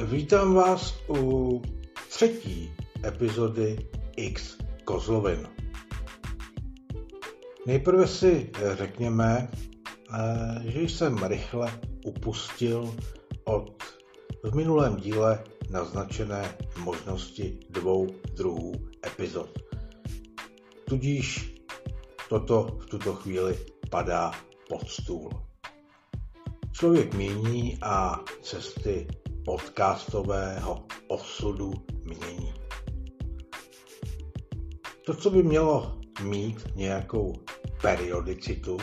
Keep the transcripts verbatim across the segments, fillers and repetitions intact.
Vítám vás u třetí epizody X Kozlovin. Nejprve si řekněme, že jsem rychle upustil od v minulém díle naznačené možnosti dvou druhů epizod. Tudíž toto v tuto chvíli padá pod stůl. Člověk mění a cesty podcastového osudu mění. To, co by mělo mít nějakou periodicitu,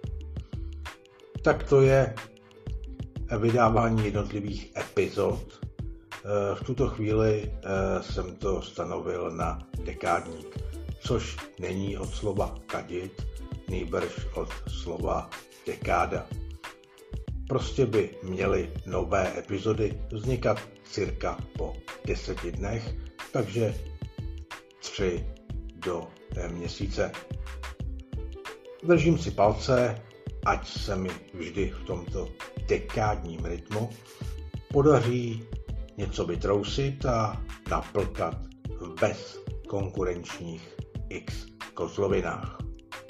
tak to je vydávání jednotlivých epizod. V tuto chvíli jsem to stanovil na dekádník, což není od slova kadit, nýbrž od slova dekáda. Prostě by měly nové epizody vznikat cirka po deseti dnech, takže tři do měsíce. Držím si palce, ať se mi vždy v tomto dekádním rytmu podaří něco vytrousit a naplkat v bezkonkurenčních X kozlovinách.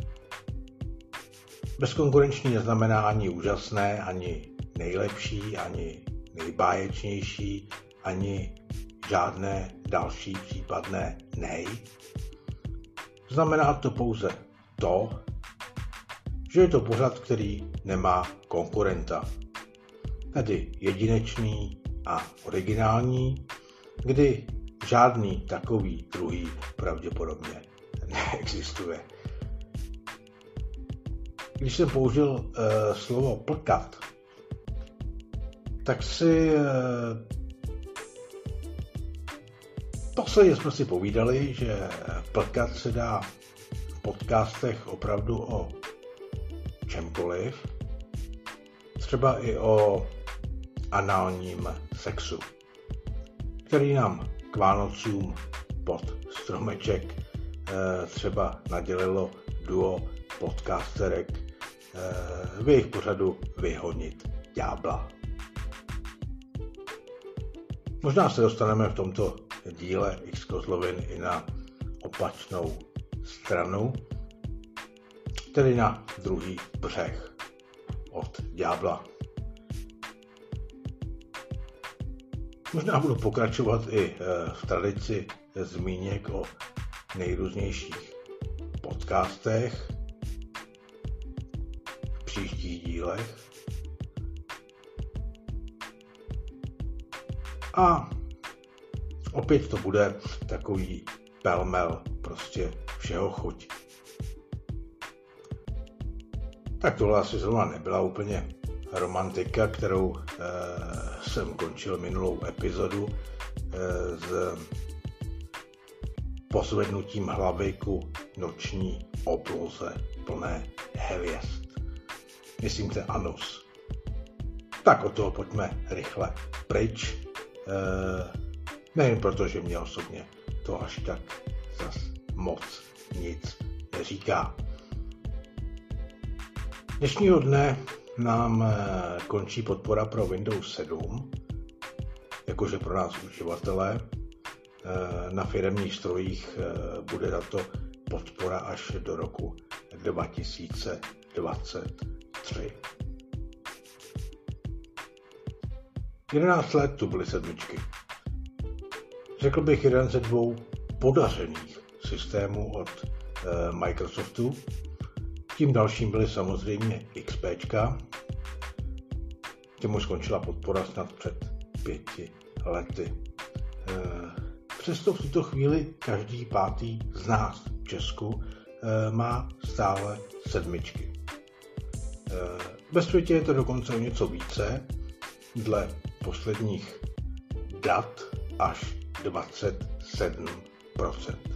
Bezkonkurenční neznamená ani úžasné, ani nejlepší, ani nejbáječnější, ani žádné další případné nej. Znamená to pouze to, že je to pořad, který nemá konkurenta. Tedy jedinečný a originální, kdy žádný takový druhý pravděpodobně neexistuje. Když jsem použil uh, slovo plkat, tak si uh, posledně jsme si povídali, že plkat se dá v podcastech opravdu o čemkoliv, třeba i o análním sexu, který nám k Vánocům pod stromeček uh, třeba nadělilo duo podcasterek v jejich pořadu Vyhonit ďábla. Možná se dostaneme v tomto díle X Kozlovin i na opačnou stranu, tedy na druhý břeh od ďábla. Možná budu pokračovat i v tradici zmíněk o nejrůznějších podcastech v příštích dílech. A opět to bude takový pelmel, prostě všeho chuť. Tak tohle asi zrovna nebyla úplně romantika, kterou e, jsem končil minulou epizodu e, s pozvednutím hlavy ku noční obloze plné hvězd. Myslím ten anus. Tak od toho pojďme rychle pryč. E, nejen proto, že mě osobně to až tak zas moc nic neříká. Dnešního dne nám e, končí podpora pro Windows sedm, jakože pro nás uživatele. E, na firemních strojích e, bude tato podpora až do roku dva tisíce dvacet tři. jedenáct let tu byly sedmičky. Řekl bych jeden ze dvou podařených systémů od e, Microsoftu. Tím dalším byly samozřejmě XPčka. Těmu skončila podpora snad před pěti lety. E, přesto v tuto chvíli každý pátý z nás v Česku e, má stále sedmičky. E, ve světě je to dokonce o něco více, dle posledních dat až dvacet sedm procent.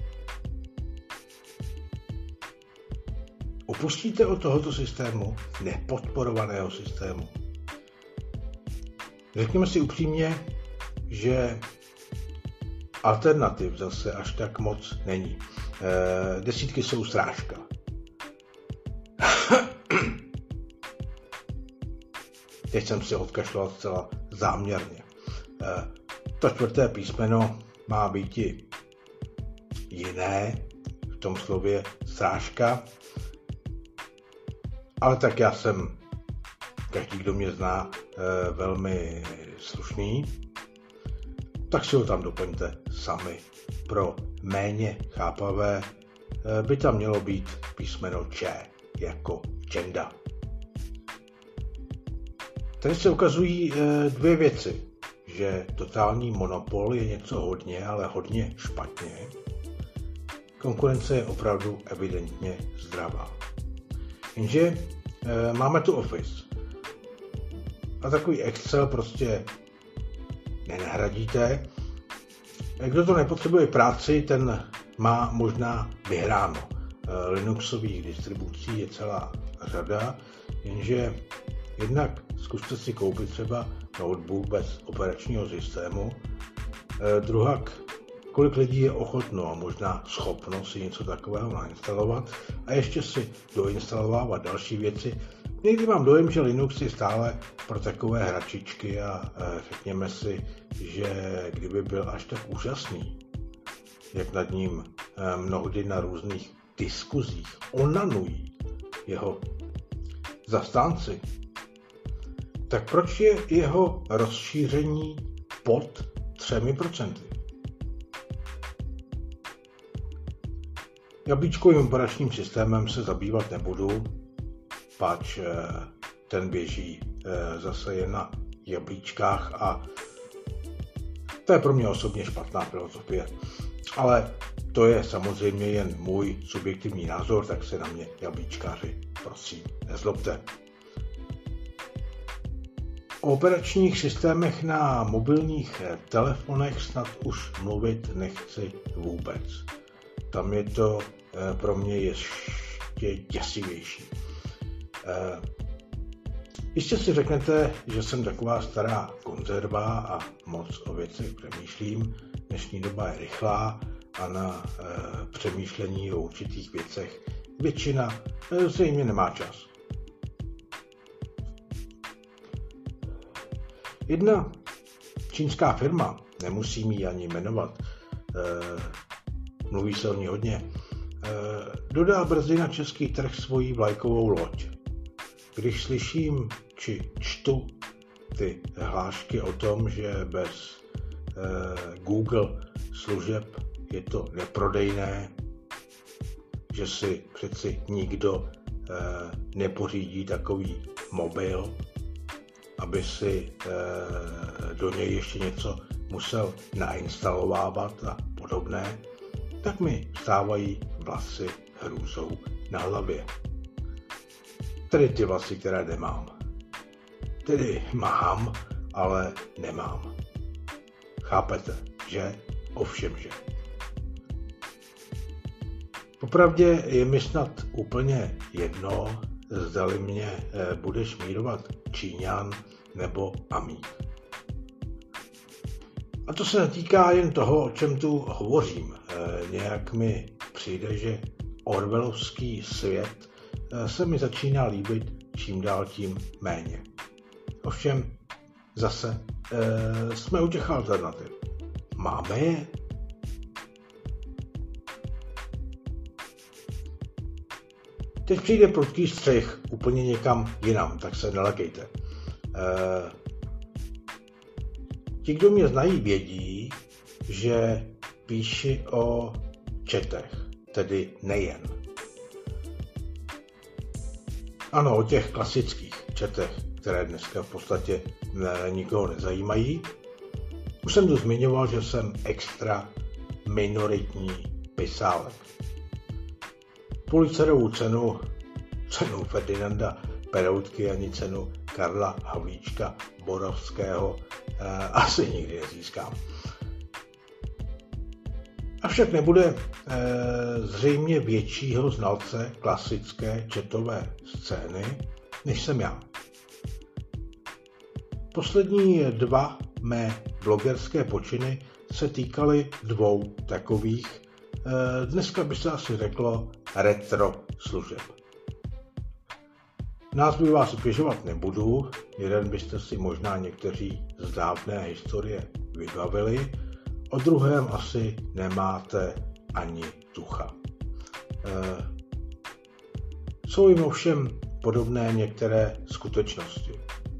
Upustíte od tohoto systému, nepodporovaného systému? Řekněme si upřímně, že alternativ zase až tak moc není. E, desítky jsou srážka. Teď jsem si odkašlal zcela záměrně. To čtvrté písmeno má být jiné, v tom slově srážka, ale tak já jsem, každý, kdo mě zná, velmi slušný, tak si ho tam doplňte sami. Pro méně chápavé by tam mělo být písmeno Č jako čenda. Tady se ukazují dvě věci, že totální monopol je něco hodně, ale hodně špatně. Konkurence je opravdu evidentně zdravá. Jenže e, máme tu Office. A takový Excel prostě nenahradíte. Kdo to nepotřebuje práci, ten má možná vyhráno. E, Linuxových distribucí je celá řada, jenže jednak zkuste si koupit třeba notebook bez operačního systému. E, druhak, kolik lidí je ochotno a možná schopno si něco takového nainstalovat a ještě si doinstalovávat další věci. Někdy mám dojem, že Linux je stále pro takové hračičky a e, řekněme si, že kdyby byl až tak úžasný, jak nad ním e, mnohdy na různých diskuzích onanují jeho zastánci, tak proč je jeho rozšíření pod třemi procenty? Jablíčkovým operačním systémem se zabývat nebudu, pač ten běží zase jen na jablíčkách a to je pro mě osobně špatná filozofie. Ale to je samozřejmě jen můj subjektivní názor, tak se na mě jablíčkáři prosím nezlobte. O operačních systémech na mobilních telefonech snad už mluvit nechci vůbec. Tam je to pro mě ještě děsivější. Jistě si řeknete, že jsem taková stará konzerva a moc o věcech přemýšlím. Dnešní doba je rychlá a na přemýšlení o určitých věcech většina zřejmě nemá čas. Jedna čínská firma, nemusím ji ani jmenovat, mluví se o ní hodně, dodá brzy na český trh svoji vlajkovou loď. Když slyším či čtu ty hlášky o tom, že bez Google služeb je to neprodejné, že si přeci nikdo nepořídí takový mobil, aby si do něj ještě něco musel nainstalovávat a podobné, tak mi vstávají vlasy hrůzou na hlavě. Tedy ty vlasy, které nemám. Tedy mám, ale nemám. Chápete, že? Ovšem, že. Popravdě je mi snad úplně jedno, zdali mě bude šmírovat Číňan nebo Amík. A to se netýká jen toho, o čem tu hovořím. E, nějak mi přijde, že orwellovský svět e, se mi začíná líbit čím dál tím méně. Ovšem zase e, jsme u těch alternativ. Máme je? Teď přijde prudký střih úplně někam jinam, tak se nelekejte. E, ti, kdo mě znají, vědí, že píši o četech, tedy nejen. Ano, o těch klasických četech, které dneska v podstatě nikoho nezajímají. Už jsem tu zmiňoval, že jsem extra minoritní pisálek. Pulitzerovu cenu, cenu Ferdinanda Peroutky ani cenu Karla Havlíčka Borovského eh, asi nikdy nezískám. Avšak nebude eh, zřejmě většího znalce klasické četové scény, než jsem já. Poslední dva mé blogerské počiny se týkaly dvou takových, dneska by se asi řeklo retro služeb. Nás by vás obtěžovat nebudu, jeden byste si možná někteří z dávné historie vybavili, o druhém asi nemáte ani tucha. E, jsou jim ovšem podobné některé skutečnosti.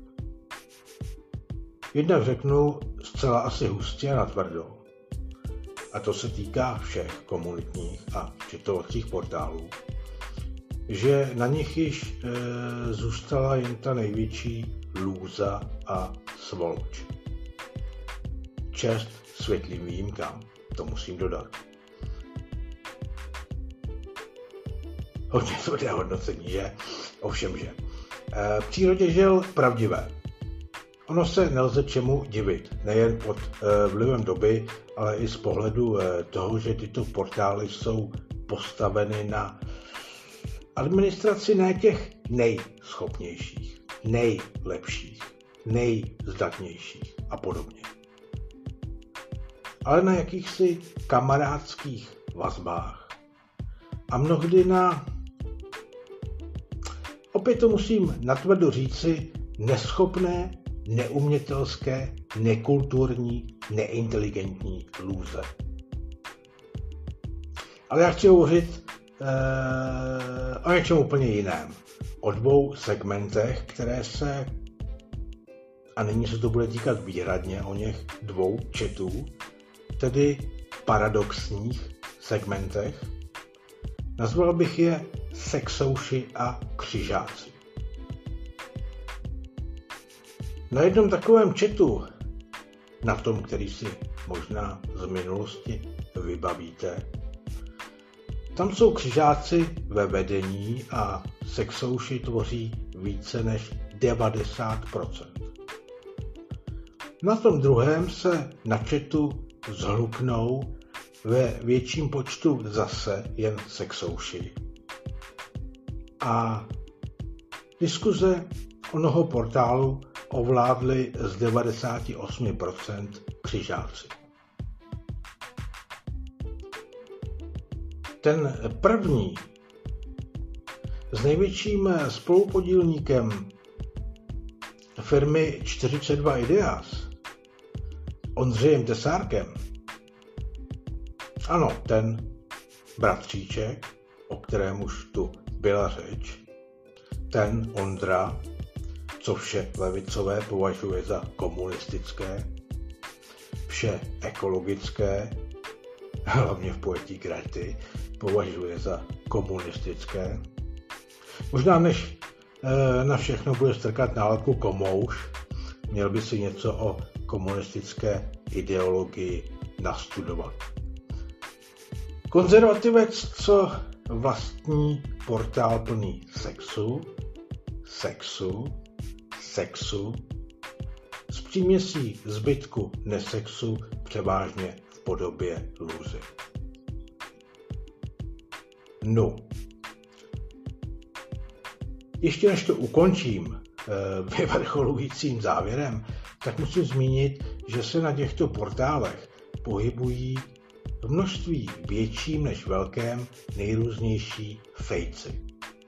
Jednak řeknu zcela asi hustě a natvrdo, a to se týká všech komunitních a četovacích portálů, že na nich již e, zůstala jen ta největší lůza a svoloč. Čest světlým výjimkám, to musím dodat. Hodně tvrdé hodnocení, že? Ovšem, že. E, v přírodě žil pravdivé. Ono se nelze čemu divit, nejen pod e, vlivem doby, ale i z pohledu e, toho, že tyto portály jsou postaveny na administraci ne těch nejschopnějších, nejlepších, nejzdatnějších a podobně. Ale na jakýchsi kamarádských vazbách. A mnohdy na, opět to musím natvrdo říci, neschopné, neumětelské, nekulturní, neinteligentní lůze. Ale já chci hovořit e, o něčem úplně jiném. O dvou segmentech, které se, a nyní se to bude týkat výhradně o něch dvou chatů, tedy paradoxních segmentech. Nazval bych je sexouši a křižáci. Na jednom takovém chatu, na tom, který si možná z minulosti vybavíte, tam jsou křižáci ve vedení a sexouši tvoří více než devadesát procent. Na tom druhém se na chatu zhluknou ve větším počtu zase jen sexouši. A diskuze onoho portálu ovládli z devadesát osm procent křižáci. Ten první s největším spolupodílníkem firmy čtyřicet dva Ideas, Ondřejem Tesárkem, ano, ten bratříček, o kterém už tu byla řeč, ten Ondra, co vše levicové považuje za komunistické, vše ekologické, hlavně v pojetí Grety, považuje za komunistické. Možná než e, na všechno bude strkat nálepku komouš, měl by si něco o komunistické ideologii nastudovat. Konzervativec, co vlastní portál plný sexu, sexu, sexu, s příměsí zbytku nesexu, převážně v podobě lůzy. No. Ještě než to ukončím e, vyvrcholujícím závěrem, tak musím zmínit, že se na těchto portálech pohybují v množství větším než velkém nejrůznější fejci.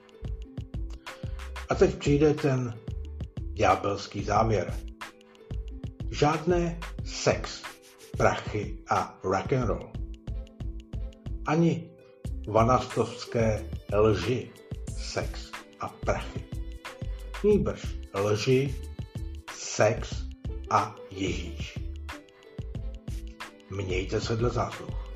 A teď přijde ten ďábelský závěr. Žádné sex, prachy a rock'n'roll. Ani vanastovské lži, sex a prachy. Nýbrž lži, sex a Ježíš. Mějte se dle zásluh.